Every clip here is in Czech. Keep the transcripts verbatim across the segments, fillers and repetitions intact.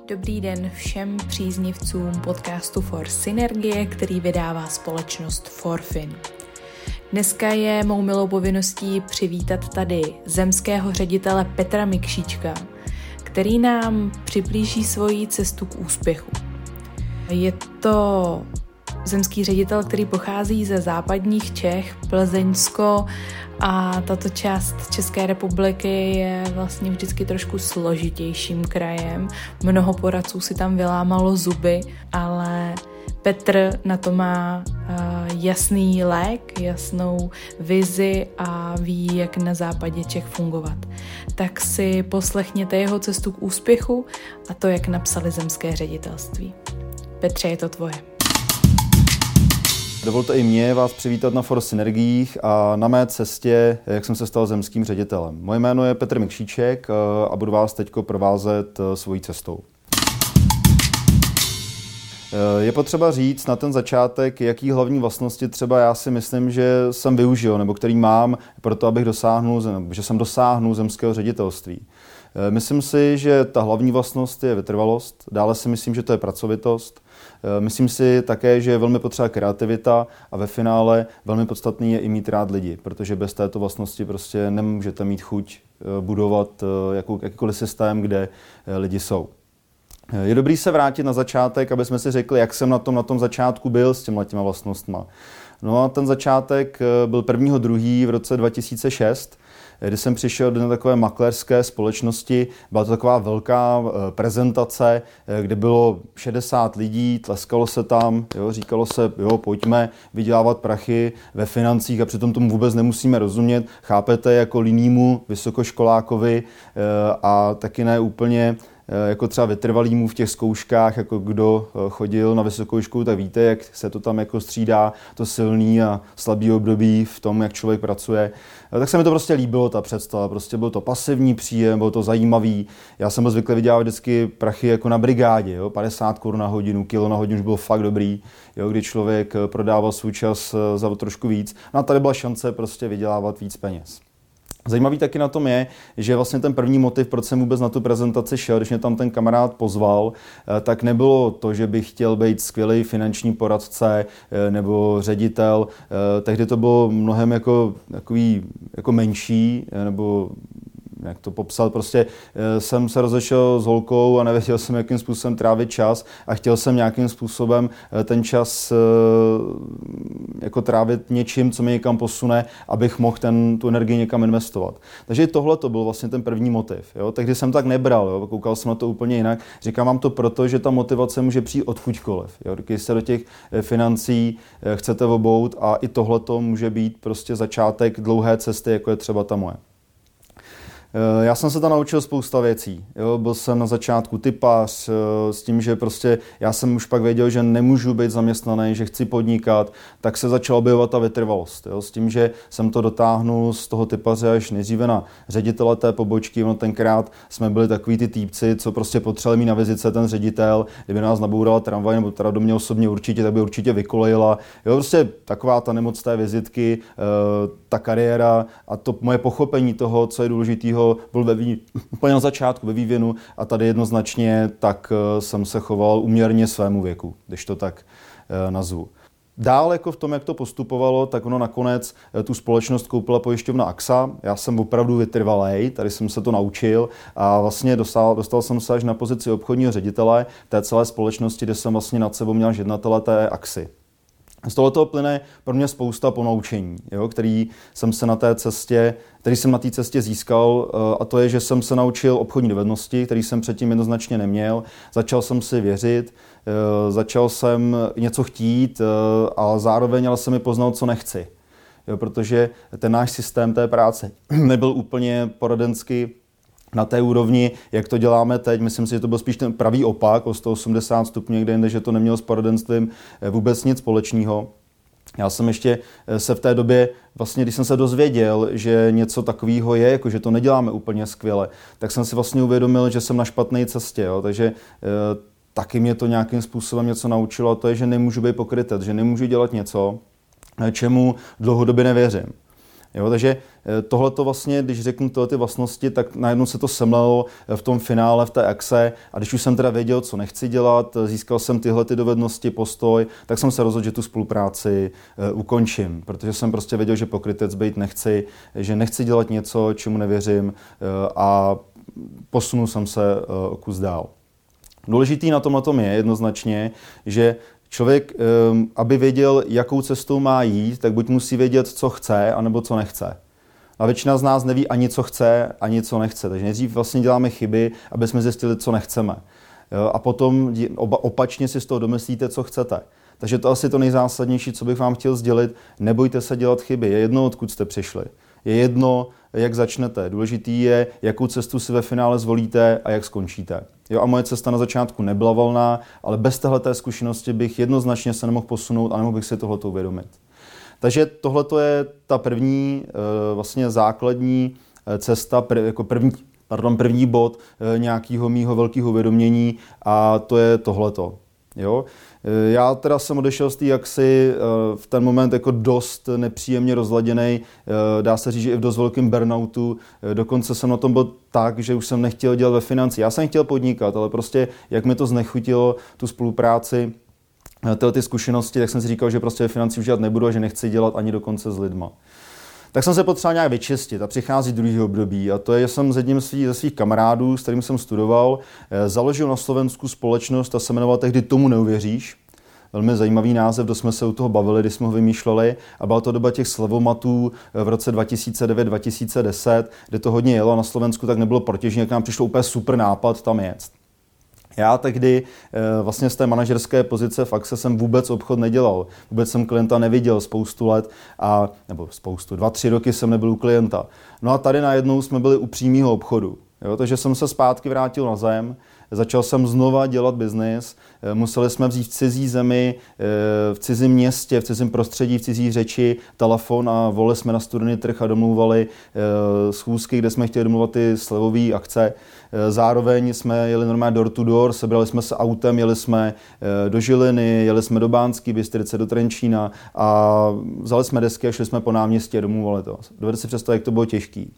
Dobrý den všem příznivcům podcastu For Synergie, který vydává společnost Forfin. Dneska je mou milou povinností přivítat tady zemského ředitele Petra Mikšíčka, který nám přiblíží svoji cestu k úspěchu. Je to zemský ředitel, který pochází ze západních Čech, Plzeňsko, a tato část České republiky je vlastně vždycky trošku složitějším krajem. Mnoho poradců si tam vylámalo zuby, ale Petr na to má uh, jasný lék, jasnou vizi a ví, jak na západě Čech fungovat. Tak si poslechněte jeho cestu k úspěchu a to, jak napsali zemské ředitelství. Petře, je to tvoje. Dovolte i mě vás přivítat na For Synergiích a na mé cestě, jak jsem se stal zemským ředitelem. Moje jméno je Petr Mikšíček a budu vás teď provázet svojí cestou. Je potřeba říct na ten začátek, jaký hlavní vlastnosti třeba já si myslím, že jsem využil, nebo který mám pro to, abych dosáhnul, že jsem dosáhnul zemského ředitelství. Myslím si, že ta hlavní vlastnost je vytrvalost, dále si myslím, že to je pracovitost. Myslím si také, že je velmi potřeba kreativita a ve finále velmi podstatný je i mít rád lidi, protože bez této vlastnosti prostě nemůžete mít chuť budovat jakýkoliv systém, kde lidi jsou. Je dobrý se vrátit na začátek, aby jsme si řekli, jak jsem na tom, na tom začátku byl s těma těma vlastnostma. No a ten začátek byl prvního druhého v roce dva tisíce šest, kdy jsem přišel do takové makléřské společnosti. Byla to taková velká prezentace, kde bylo šedesát lidí, tleskalo se tam, jo, říkalo se, jo, pojďme vydělávat prachy ve financích a přitom tomu vůbec nemusíme rozumět. Chápete, jako linýmu vysokoškolákovi a taky ne úplně jako třeba vytrvalýmu v těch zkouškách, jako kdo chodil na vysokou školu, tak víte, jak se to tam jako střídá, to silný a slabý období v tom, jak člověk pracuje. Tak se mi to prostě líbilo, ta představa. Prostě byl to pasivní příjem, bylo to zajímavý. Já jsem byl zvyklý vydělávat vždycky prachy jako na brigádě, jo? padesát korun na hodinu, kilo na hodinu už bylo fakt dobrý, jo? Kdy člověk prodával svůj čas za trošku víc. No a tady byla šance prostě vydělávat víc peněz. Zajímavý taky na tom je, že vlastně ten první motiv, proč jsem vůbec na tu prezentaci šel, když mě tam ten kamarád pozval, tak nebylo to, že bych chtěl být skvělý finanční poradce nebo ředitel. Tehdy to bylo mnohem jako, takový, jako menší, nebo jak to popsat, prostě jsem se rozešel s holkou a nevěděl jsem, jakým způsobem trávit čas a chtěl jsem nějakým způsobem ten čas jako trávit něčím, co mě někam posune, abych mohl ten, tu energii někam investovat. Takže tohle to byl vlastně ten první motiv. Jo? Tehdy jsem tak nebral, jo? Koukal jsem na to úplně jinak. Říkám vám to proto, že ta motivace může přijít odkudkoliv. Jo? Když se do těch financí chcete obout a i tohle to může být prostě začátek dlouhé cesty, jako je třeba ta moje. Já jsem se tam naučil spousta věcí. Jo? Byl jsem na začátku typař s tím, že prostě já jsem už pak věděl, že nemůžu být zaměstnaný, že chci podnikat, tak se začala objevovat ta vytrvalost. Jo? S tím, že jsem to dotáhnul z toho typaře až nejdříve na ředitele té pobočky. No tenkrát jsme byli takový ty týpci, co prostě potřebovali mít na vizice ten ředitel, kdyby nás nabourala tramvaj, nebo teda do mě osobně určitě, tak by určitě vykolejila. Jo? Prostě taková ta nemoc té vizitky, ta kariéra a to moje pochopení toho, co je důležitého, byl ve vý... úplně na začátku ve vývinu a tady jednoznačně tak jsem se choval úměrně svému věku, když to tak e, nazvu. Dál jako v tom, jak to postupovalo, tak ono nakonec tu společnost koupila pojišťovna A X A. Já jsem opravdu vytrvalej, tady jsem se to naučil a vlastně dostal, dostal jsem se až na pozici obchodního ředitele té celé společnosti, kde jsem vlastně nad sebou měl jednatele té A X Y. Z tohoto plyne pro mě spousta ponaučení, jo, který jsem se na té cestě, který jsem na té cestě získal, a to je, že jsem se naučil obchodní dovednosti, který jsem předtím jednoznačně neměl. Začal jsem si věřit, začal jsem něco chtít, a zároveň ale jsem mi poznal, co nechci. Jo, protože ten náš systém té práce nebyl úplně poradenský na té úrovni, jak to děláme teď. Myslím si, že to byl spíš ten pravý opak, o sto osmdesát stupňů někde jinde, že to nemělo s poradenstvím vůbec nic společného. Já jsem ještě se v té době, vlastně když jsem se dozvěděl, že něco takového je, jako že to neděláme úplně skvěle, tak jsem si vlastně uvědomil, že jsem na špatné cestě. Jo? Takže e, taky mě to nějakým způsobem něco naučilo, a to je, že nemůžu být pokrytec, že nemůžu dělat něco, čemu dlouhodobě nevěřím. Jo, takže tohle to vlastně, když řeknu tyhle ty vlastnosti, tak najednou se to semlelo v tom finále, v té akce a když už jsem teda věděl, co nechci dělat, získal jsem tyhle ty dovednosti, postoj, tak jsem se rozhodl, že tu spolupráci ukončím, protože jsem prostě věděl, že pokrytec být nechci, že nechci dělat něco, čemu nevěřím a posunul jsem se o kus dál. Důležitý na tom na tom je jednoznačně, že člověk, aby věděl, jakou cestou má jít, tak buď musí vědět, co chce, anebo co nechce. A většina z nás neví ani, co chce, ani co nechce. Takže nejdřív vlastně děláme chyby, aby jsme zjistili, co nechceme. A potom opačně si z toho domyslíte, co chcete. Takže to asi to nejzásadnější, co bych vám chtěl sdělit. Nebojte se dělat chyby. Je jedno, odkud jste přišli. Je jedno, jak začnete. Důležitý je, jakou cestu si ve finále zvolíte a jak skončíte. Jo, a moje cesta na začátku nebyla volná, ale bez téhleté zkušenosti bych jednoznačně se nemohl posunout a nemohl bych si tohleto uvědomit. Takže tohleto je ta první, vlastně základní cesta, jako první, pardon, první bod nějakého mýho velkého uvědomění a to je tohleto. Jo? Já teda jsem odešel z té jaksi v ten moment jako dost nepříjemně rozladěnej, dá se říct, že i v dost velkým burnoutu, dokonce jsem na tom byl tak, že už jsem nechtěl dělat ve financí. Já jsem chtěl podnikat, ale prostě jak mi to znechutilo, tu spolupráci, tyhle ty zkušenosti, tak jsem si říkal, že prostě ve financí už dělat nebudu a že nechci dělat ani dokonce s lidma. Tak jsem se potřeboval nějak vyčistit a přichází druhý období a to je, že jsem s jedním ze svých kamarádů, s kterým jsem studoval, založil na Slovensku společnost a se jmenovala tehdy Tomu neuvěříš. Velmi zajímavý název, kdo jsme se u toho bavili, když jsme ho vymýšleli a byla to doba těch slevomatů v roce dva tisíce devět dva tisíce deset, kde to hodně jelo na Slovensku, tak nebylo protěžně, jak nám přišlo úplně super nápad tam jet. Já tehdy vlastně z té manažerské pozice v Axe jsem vůbec obchod nedělal. Vůbec jsem klienta neviděl spoustu let, a, nebo spoustu, dva, tři roky jsem nebyl u klienta. No a tady najednou jsme byli u přímého obchodu. Jo, takže jsem se zpátky vrátil na zem, začal jsem znova dělat biznis, museli jsme vzít v cizí zemi, v cizím městě, v cizím prostředí, v cizí řeči telefon a volali jsme na studený trh a domlouvali schůzky, kde jsme chtěli domluvat ty slevové akce. Zároveň jsme jeli normálně door to door, sebrali jsme se autem, jeli jsme do Žiliny, jeli jsme do Banské Bystrice, do Trenčína a vzali jsme desky a šli jsme po náměstí a domluvali to. Dovedete si představit, jak to bylo těžký.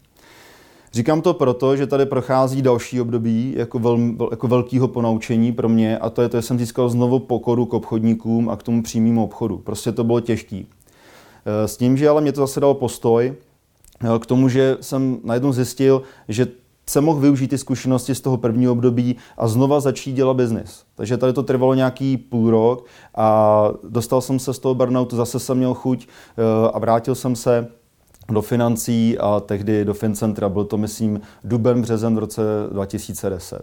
Říkám to proto, že tady prochází další období jako, vel, jako velkého ponaučení pro mě a to je to, že jsem získal znovu pokoru k obchodníkům a k tomu přímému obchodu. Prostě to bylo těžký. S tím, že ale mě to zase dalo postoj k tomu, že jsem najednou zjistil, že jsem mohl využít ty zkušenosti z toho prvního období a znova začít dělat biznis. Takže tady to trvalo nějaký půl rok a dostal jsem se z toho burnoutu, zase jsem měl chuť a vrátil jsem se do financí a tehdy do Fincentra. Byl to, myslím, duben, březen v roce dva tisíce deset.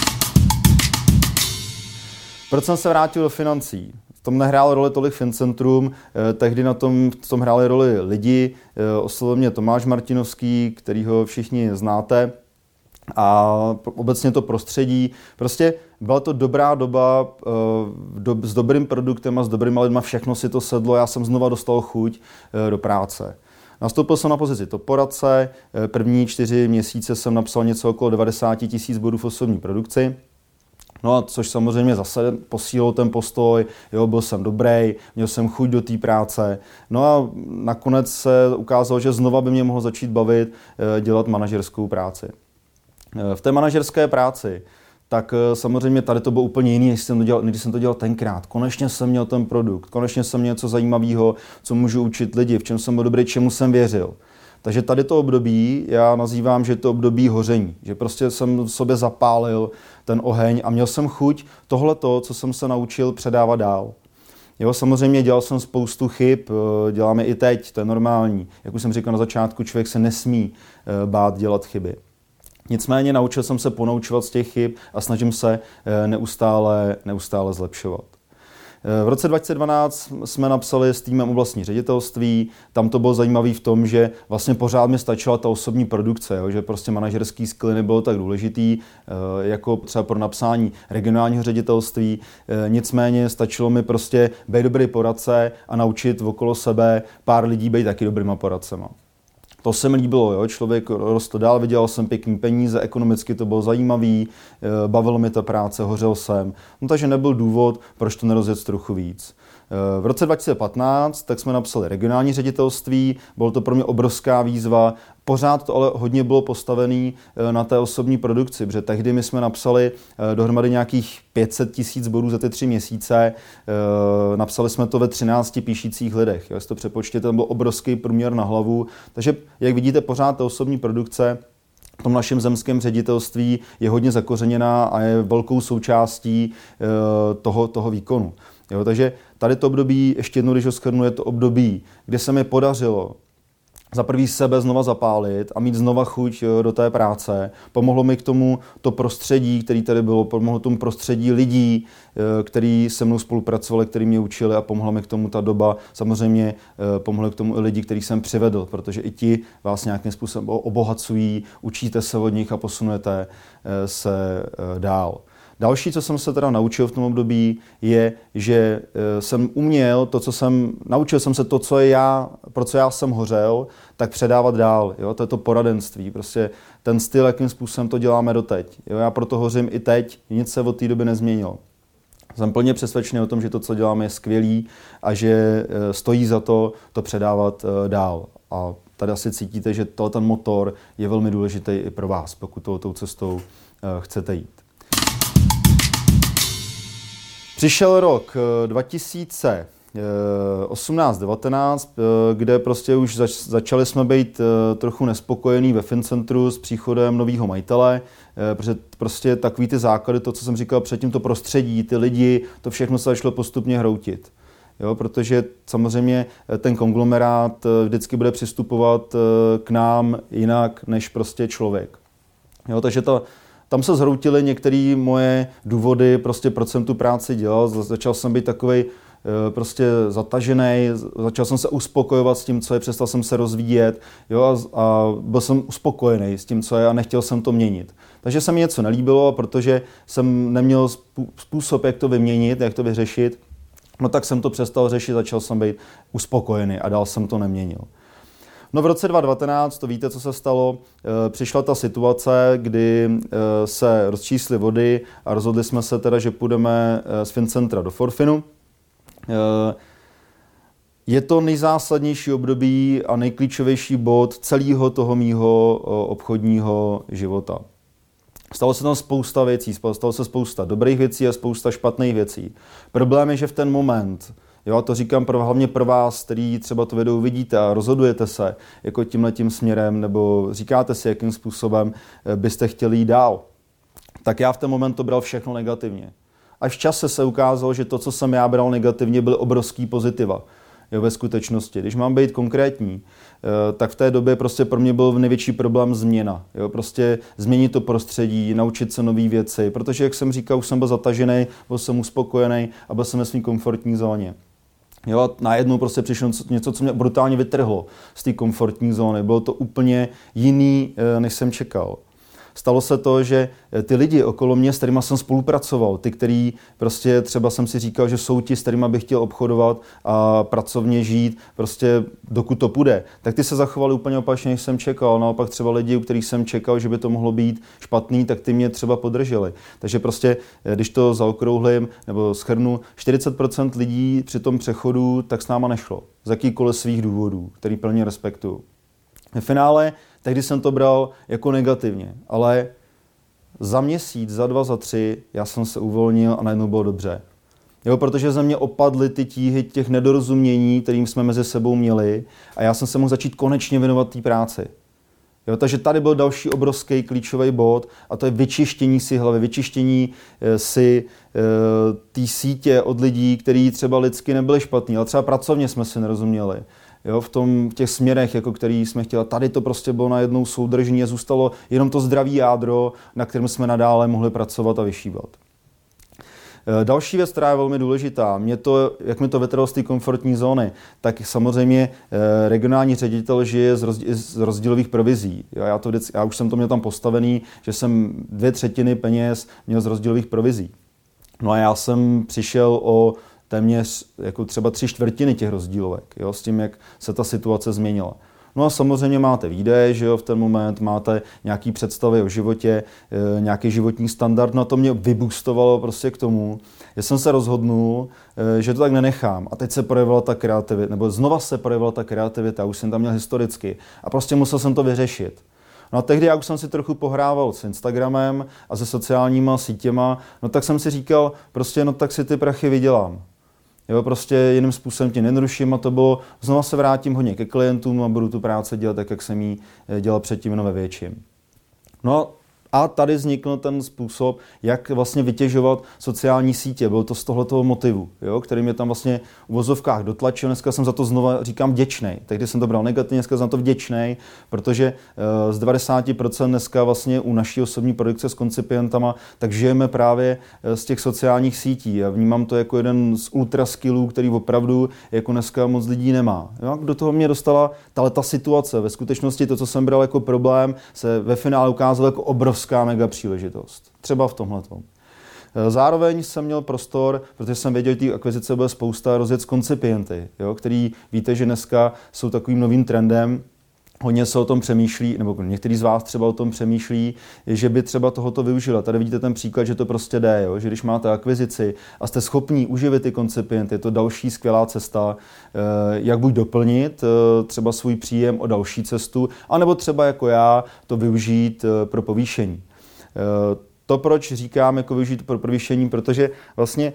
Proč jsem se vrátil do financí? V tom nehrálo roli tolik Fincentrum, tehdy na tom, v tom hráli roli lidi. Oslovil mě Tomáš Martinovský, kterýho všichni znáte. A obecně to prostředí. Prostě byla to dobrá doba do, s dobrým produktem a s dobrýma lidma, všechno si to sedlo, já jsem znova dostal chuť do práce. Nastoupil jsem na pozici top poradce, první čtyři měsíce jsem napsal něco okolo devadesát tisíc bodů v osobní produkci. No a což samozřejmě zase posílil ten postoj, jo, byl jsem dobrý, měl jsem chuť do té práce. No a nakonec se ukázalo, že znova by mě mohlo začít bavit dělat manažerskou práci. V té manažerské práci tak samozřejmě tady to bylo úplně jiný, než jsem to dělal, když jsem to dělal tenkrát. Konečně jsem měl ten produkt, konečně jsem měl něco zajímavého, co můžu učit lidi, v čem jsem byl dobrý, čemu jsem věřil. Takže tady to období já nazývám, že to období hoření, že prostě jsem v sobě zapálil ten oheň a měl jsem chuť tohleto, co jsem se naučil, předávat dál. Jo, samozřejmě dělal jsem spoustu chyb, děláme i teď, to je normální. Jak už jsem říkal na začátku, člověk se nesmí bát dělat chyby. Nicméně naučil jsem se ponaučovat z těch chyb a snažím se neustále, neustále zlepšovat. V roce dva tisíce dvanáct jsme napsali s týmem oblastní ředitelství, tam to bylo zajímavé v tom, že vlastně pořád mi stačila ta osobní produkce, jo, že prostě manažerský skill nebylo tak důležitý, jako třeba pro napsání regionálního ředitelství, nicméně stačilo mi prostě být dobrý poradce a naučit okolo sebe pár lidí být taky dobrýma poradcema. To se mi líbilo, jo? Člověk rostl dál, vydělal jsem pěkný peníze, ekonomicky to bylo zajímavý, bavilo mi ta práce, hořel jsem. No takže nebyl důvod, proč to nerozjet trochu víc. V roce dva tisíce patnáct tak jsme napsali regionální ředitelství, bylo to pro mě obrovská výzva, pořád to ale hodně bylo postavené na té osobní produkci, protože tehdy my jsme napsali dohromady nějakých pět set tisíc bodů za ty tři měsíce, napsali jsme to ve třinácti píšících lidech, jestli to přepočtěte, tam byl obrovský průměr na hlavu, takže jak vidíte, pořád ta osobní produkce v tom našem zemském ředitelství je hodně zakořeněná a je velkou součástí toho, toho výkonu. Jo, takže tady to období, ještě jednou, když ho shrnu, je to období, kde se mi podařilo za prvý sebe znova zapálit a mít znova chuť do té práce. Pomohlo mi k tomu to prostředí, který tady bylo, pomohlo tomu prostředí lidí, kteří se mnou spolupracovali, kteří mě učili a pomohla mi k tomu ta doba. Samozřejmě pomohli k tomu i lidi, který jsem přivedl, protože i ti vás nějakým způsobem obohacují, učíte se od nich a posunujete se dál. Další, co jsem se teda naučil v tom období, je, že jsem uměl to, co jsem, naučil jsem se to, co je já, pro co já jsem hořel, tak předávat dál. Jo? To je to poradenství. Prostě ten styl, jakým způsobem to děláme doteď. Jo? Já proto hořím i teď, nic se od té doby nezměnilo. Jsem plně přesvědčený o tom, že to, co děláme, je skvělý a že stojí za to to předávat dál. A tady asi cítíte, že to, ten motor je velmi důležitý i pro vás, pokud to, tou cestou chcete jít. Přišel rok dva tisíce osmnáct devatenáct, kde prostě už zač- začali jsme být trochu nespokojení ve Fincentru s příchodem nového majitele, protože prostě takový ty základy, to, co jsem říkal předtím, to prostředí, ty lidi, to všechno se začalo postupně hroutit. Jo, protože samozřejmě ten konglomerát vždycky bude přistupovat k nám jinak než prostě člověk. Jo, takže ta Tam se zhroutily některé moje důvody, prostě proč jsem tu práci dělal. Začal jsem být takovej prostě zatažený, začal jsem se uspokojovat s tím, co je, přestal jsem se rozvíjet, jo, a, a byl jsem uspokojený s tím, co je, a nechtěl jsem to měnit. Takže se mi něco nelíbilo, protože jsem neměl způsob, jak to vyměnit, jak to vyřešit, no tak jsem to přestal řešit, začal jsem být uspokojený a dál jsem to neměnil. No v roce dva tisíce devatenáct, to víte, co se stalo, přišla ta situace, kdy se rozčísly vody a rozhodli jsme se teda, že půjdeme z Fincentra do Forfinu. Je to nejzásadnější období a nejklíčovější bod celého toho mýho obchodního života. Stalo se tam spousta věcí, stalo se spousta dobrých věcí a spousta špatných věcí. Problém je, že v ten moment, jo, to říkám pro, hlavně pro vás, který třeba to videu vidíte a rozhodujete se jako tímhletím směrem, nebo říkáte si, jakým způsobem byste chtěli jít dál, tak já v ten moment to bral všechno negativně. Až v čase se ukázalo, že to, co jsem já bral negativně, byly obrovský pozitiva. Jo, ve skutečnosti. Když mám být konkrétní, tak v té době prostě pro mě byl největší problém změna. Jo, prostě změnit to prostředí, naučit se nové věci, protože, jak jsem říkal, už jsem byl zatažený, byl jsem uspokojený a byl jsem ve své komfortní zóně. Jo, a najednou prostě přišlo něco, co mě brutálně vytrhlo z té komfortní zóny. Bylo to úplně jiný, než jsem čekal. Stalo se to, že ty lidi okolo mě, s kterými jsem spolupracoval, ty, který prostě třeba jsem si říkal, že jsou ti, s kterými bych chtěl obchodovat a pracovně žít, prostě dokud to půjde, tak ty se zachovali úplně opačně, než jsem čekal. Naopak třeba lidi, u kterých jsem čekal, že by to mohlo být špatný, tak ty mě třeba podrželi. Takže prostě, když to zaokrouhlím nebo shrnu, čtyřicet procent lidí při tom přechodu tak s náma nešlo. Z jakýkoliv svých důvodů, který plně respektuju. V finále tehdy jsem to bral jako negativně, ale za měsíc, za dva, za tři já jsem se uvolnil a najednou bylo dobře. Jo, protože ze mě opadly ty tíhy těch nedorozumění, kterým jsme mezi sebou měli, a já jsem se mohl začít konečně věnovat té práci. Jo, takže tady byl další obrovský klíčový bod a to je vyčištění si hlavy, vyčištění e, si e, té sítě od lidí, kteří třeba lidsky nebyli špatní, ale třeba pracovně jsme si nerozuměli. Jo, v, tom, v těch směrech, jako který jsme chtěli. Tady to prostě bylo najednou soudržní a zůstalo jenom to zdravý jádro, na kterém jsme nadále mohli pracovat a vyšívat. Další věc, která je velmi důležitá, mě to, jak mi to vytrhlo z té komfortní zóny, tak samozřejmě regionální ředitel žije z, rozdíl, z rozdílových provizí. Jo, já, to vždycky, já už jsem to měl tam postavený, že jsem dvě třetiny peněz měl z rozdílových provizí. No a já jsem přišel o téměř jako třeba tři čtvrtiny těch rozdílovek, jo, s tím, jak se ta situace změnila. No a samozřejmě máte výdaje, že jo, v ten moment máte nějaký představy o životě, e, nějaký životní standard, no a to mě vyboostovalo prostě k tomu, že jsem se rozhodnul, e, že to tak nenechám. A teď se projevila ta kreativita, nebo znova se projevila ta kreativita, už jsem tam měl historicky a prostě musel jsem to vyřešit. No a tehdy já už jsem si trochu pohrával s Instagramem a se sociálníma sítěma, no tak jsem si říkal, prostě no tak si ty prachy vydělám. Jo, prostě jiným způsobem tě nenaruším a to bylo, znova se vrátím hodně ke klientům a budu tu práci dělat tak, jak jsem ji dělal předtím, jenom ve větším. No a tady vznikl ten způsob, jak vlastně vytěžovat sociální sítě. Bylo to z tohletoho motivu, jo, který mě tam vlastně v vozovkách dotlačil. Dneska jsem za to znova říkám vděčnej. Tehdy jsem to bral negativně, dneska jsem za to vděčnej, protože uh, z devadesát procent dneska vlastně u naší osobní produkce s koncipientama, tak žijeme právě z těch sociálních sítí. A vnímám to jako jeden z ultra skillů, který opravdu jako dneska moc lidí nemá. Jo, do toho mě dostala ta situace. Ve skutečnosti to, co jsem bral jako problém, se ve finále ukázalo jako obrovský mega příležitost. Třeba v tomhletom. Zároveň jsem měl prostor, protože jsem věděl, že té akvizice bude spousta, rozjet s koncipienty, jo, který víte, že dneska jsou takovým novým trendem. Hodně se o tom přemýšlí, nebo některý z vás třeba o tom přemýšlí, že by třeba tohoto využila. Tady vidíte ten příklad, že to prostě jde, jo? Že když máte akvizici a jste schopní uživit ty koncipienty, je to další skvělá cesta, jak buď doplnit třeba svůj příjem o další cestu, anebo třeba jako já to využít pro povýšení. To, proč říkám jako využít pro povýšení, protože vlastně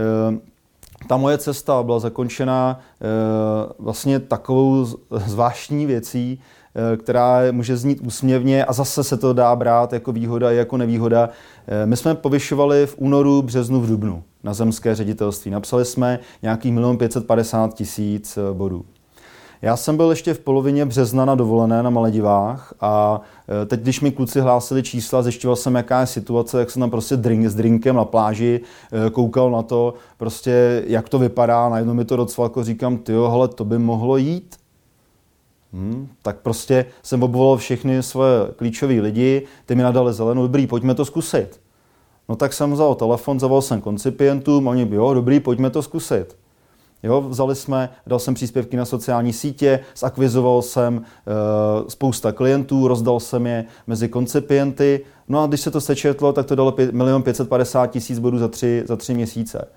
ta moje cesta byla zakončena e, vlastně takovou zvláštní věcí, e, která může znít úsměvně a zase se to dá brát jako výhoda i jako nevýhoda. E, my jsme povyšovali v únoru, březnu, v dubnu na zemské ředitelství. Napsali jsme nějakých milion pět set padesát tisíc bodů. Já jsem byl ještě v polovině března na dovolené na Maledivách a teď, když mi kluci hlásili čísla, zjišťoval jsem, jaká je situace, jak jsem tam prostě drink, s drinkem na pláži, koukal na to, prostě jak to vypadá, najednou mi to docvaklo, říkám, tyjo, hele, to by mohlo jít. Hmm, tak prostě jsem obvolal všechny svoje klíčové lidi, ty mi nadali zelenou, dobrý, pojďme to zkusit. No tak jsem vzal telefon, zavolal jsem koncipientům a oni, jo, dobrý, pojďme to zkusit. Jo, vzali jsme, dal jsem příspěvky na sociální sítě, zakvizoval jsem e, spousta klientů, rozdal jsem je mezi koncipienty, no a když se to sečetlo, tak to dalo milion pět set padesát tisíc bodů za tři, za tři měsíce.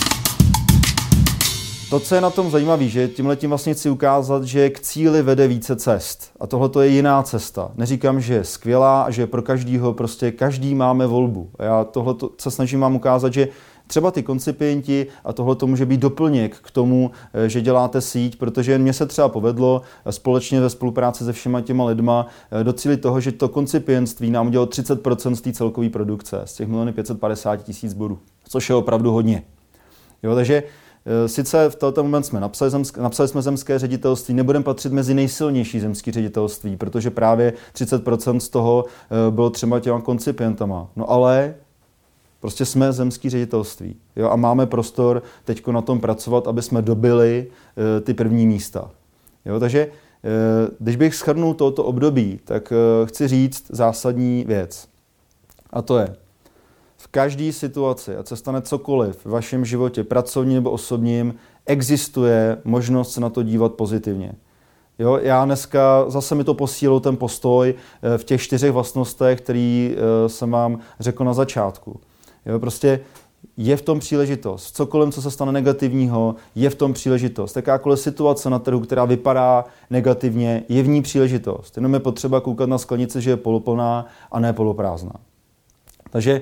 To, co je na tom zajímavé, že tímhletím vlastně chci ukázat, že k cíli vede více cest. A tohle to je jiná cesta. Neříkám, že je skvělá a že pro každýho, prostě každý máme volbu. A já tohle se snažím vám ukázat, že třeba ty koncipienti, a tohle to může být doplněk k tomu, že děláte síť, protože mně se třeba povedlo společně ve spolupráci se všema těma lidma docílit toho, že to koncipientství nám udělalo třicet procent z té celkové produkce, z těch milion pět set padesát tisíc bodů, což je opravdu hodně. Jo, takže sice v tento moment jsme napsali, zemské, napsali jsme zemské ředitelství, nebudeme patřit mezi nejsilnější zemské ředitelství, protože právě třicet procent z toho bylo třeba těma koncipientama. No ale prostě jsme zemský ředitelství, jo, a máme prostor teďko na tom pracovat, aby jsme dobili e, ty první místa. Jo, takže e, když bych shrnul tohoto období, tak e, chci říct zásadní věc. A to je, v každé situaci, ať se stane cokoliv v vašem životě, pracovním nebo osobním, existuje možnost se na to dívat pozitivně. Jo, já dneska zase mi to posílil ten postoj v těch čtyřech vlastnostech, který jsem vám řekl na začátku. Jo, prostě je v tom příležitost. Cokoliv, co se stane negativního, je v tom příležitost. Jakákoliv situace na trhu, která vypadá negativně, je v ní příležitost. Jenom je potřeba koukat na sklenici, že je poloplná a ne poloprázdná. Takže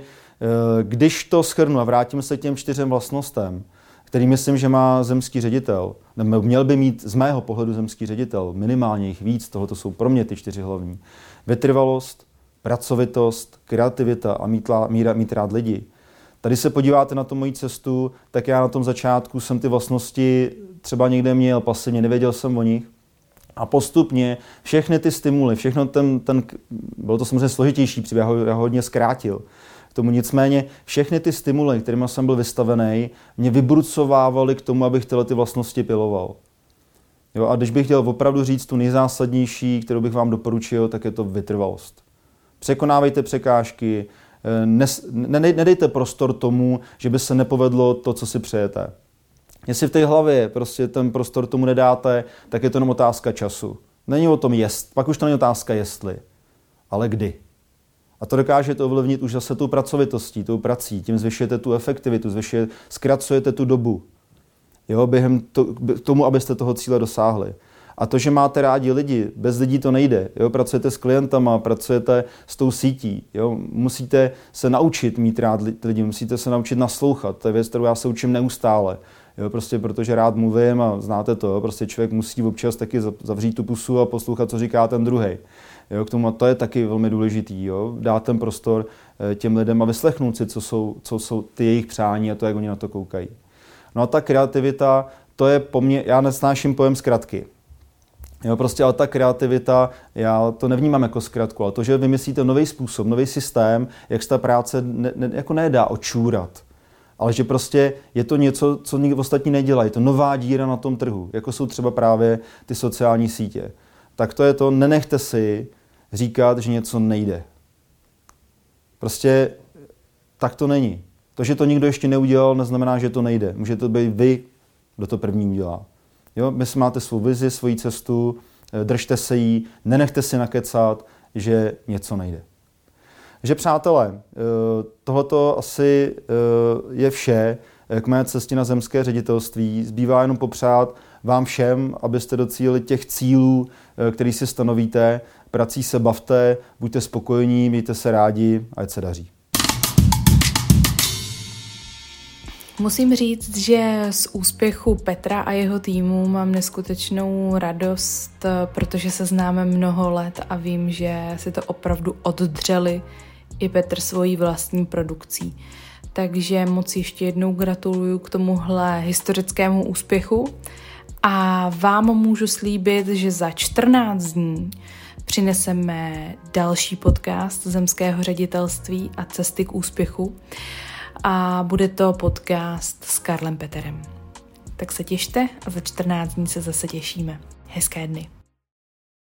když to shrnu a vrátím se k těm čtyřem vlastnostem, který myslím, že má zemský ředitel, nebo měl by mít z mého pohledu zemský ředitel, minimálně jich víc, tohoto jsou pro mě ty čtyři hlavní. Vytrvalost, pracovitost, kreativita a mít, mít, mít rád lidi. Tady se podíváte na tu moji cestu, tak já na tom začátku jsem ty vlastnosti třeba někde měl pasivně, nevěděl jsem o nich. A postupně všechny ty stimuly, všechno ten, ten bylo to samozřejmě složitější příběh, já ho, já ho hodně zkrátil. K tomu nicméně všechny ty stimuly, kterými jsem byl vystavený, mě vybrucovávaly k tomu, abych tyhle ty vlastnosti piloval. Jo, a když bych chtěl opravdu říct tu nejzásadnější, kterou bych vám doporučil, tak je to vytrvalost. Překonávejte překážky, nes, ne, nedejte prostor tomu, že by se nepovedlo to, co si přejete. Jestli v té hlavě prostě ten prostor tomu nedáte, tak je to jenom otázka času. Není o tom jest, pak už to není otázka jestli, ale kdy. A to dokážete ovlivnit už zase tou pracovitostí, tou prací, tím zvyšujete tu efektivitu, zvyšujete, zkracujete tu dobu, jo, během to, tomu, abyste toho cíle dosáhli. A to, že máte rádi lidi, bez lidí to nejde. Jo? Pracujete s klientama, pracujete s tou sítí. Jo? Musíte se naučit mít rád lidi, musíte se naučit naslouchat. To je věc, kterou já se učím neustále. Jo? Prostě protože rád mluvím a znáte to. Jo? Prostě člověk musí občas taky zavřít tu pusu a poslouchat, co říká ten druhej. Jo? K tomu a to je taky velmi důležitý. Jo? Dát ten prostor těm lidem a vyslechnout si, co jsou, co jsou ty jejich přání a to, jak oni na to koukají. No a ta kreativita, to je po mně, já nesnáším pojem zkratky. Jo, prostě ale ta kreativita, já to nevnímám jako zkratku, ale to, že vymyslíte nový způsob, nový systém, jak se ta práce ne, ne, jako nedá očůrat, ale že prostě je to něco, co nikdo ostatní nedělají, to nová díra na tom trhu, jako jsou třeba právě ty sociální sítě. Tak to je to, nenechte si říkat, že něco nejde. Prostě tak to není. To, že to nikdo ještě neudělal, neznamená, že to nejde. Můžete to být vy, kdo to první udělá. Jo, vy máte svou vizi, svoji cestu, držte se jí, nenechte si nakecat, že něco nejde. Takže přátelé, tohleto asi je vše k mé cestě na zemské ředitelství. Zbývá jenom popřát vám všem, abyste docílili těch cílů, který si stanovíte. Prací se bavte, buďte spokojení, mějte se rádi, ať se daří. Musím říct, že z úspěchu Petra a jeho týmu mám neskutečnou radost, protože se známe mnoho let a vím, že si to opravdu oddřeli i Petr svojí vlastní produkcí. Takže moc ještě jednou gratuluju k tomuhle historickému úspěchu a vám můžu slíbit, že za čtrnáct dní přineseme další podcast Zemského ředitelství a cesty k úspěchu. A bude to podcast s Karlem Peterem. Tak se těšte a za čtrnáct dní se zase těšíme. Hezké dny.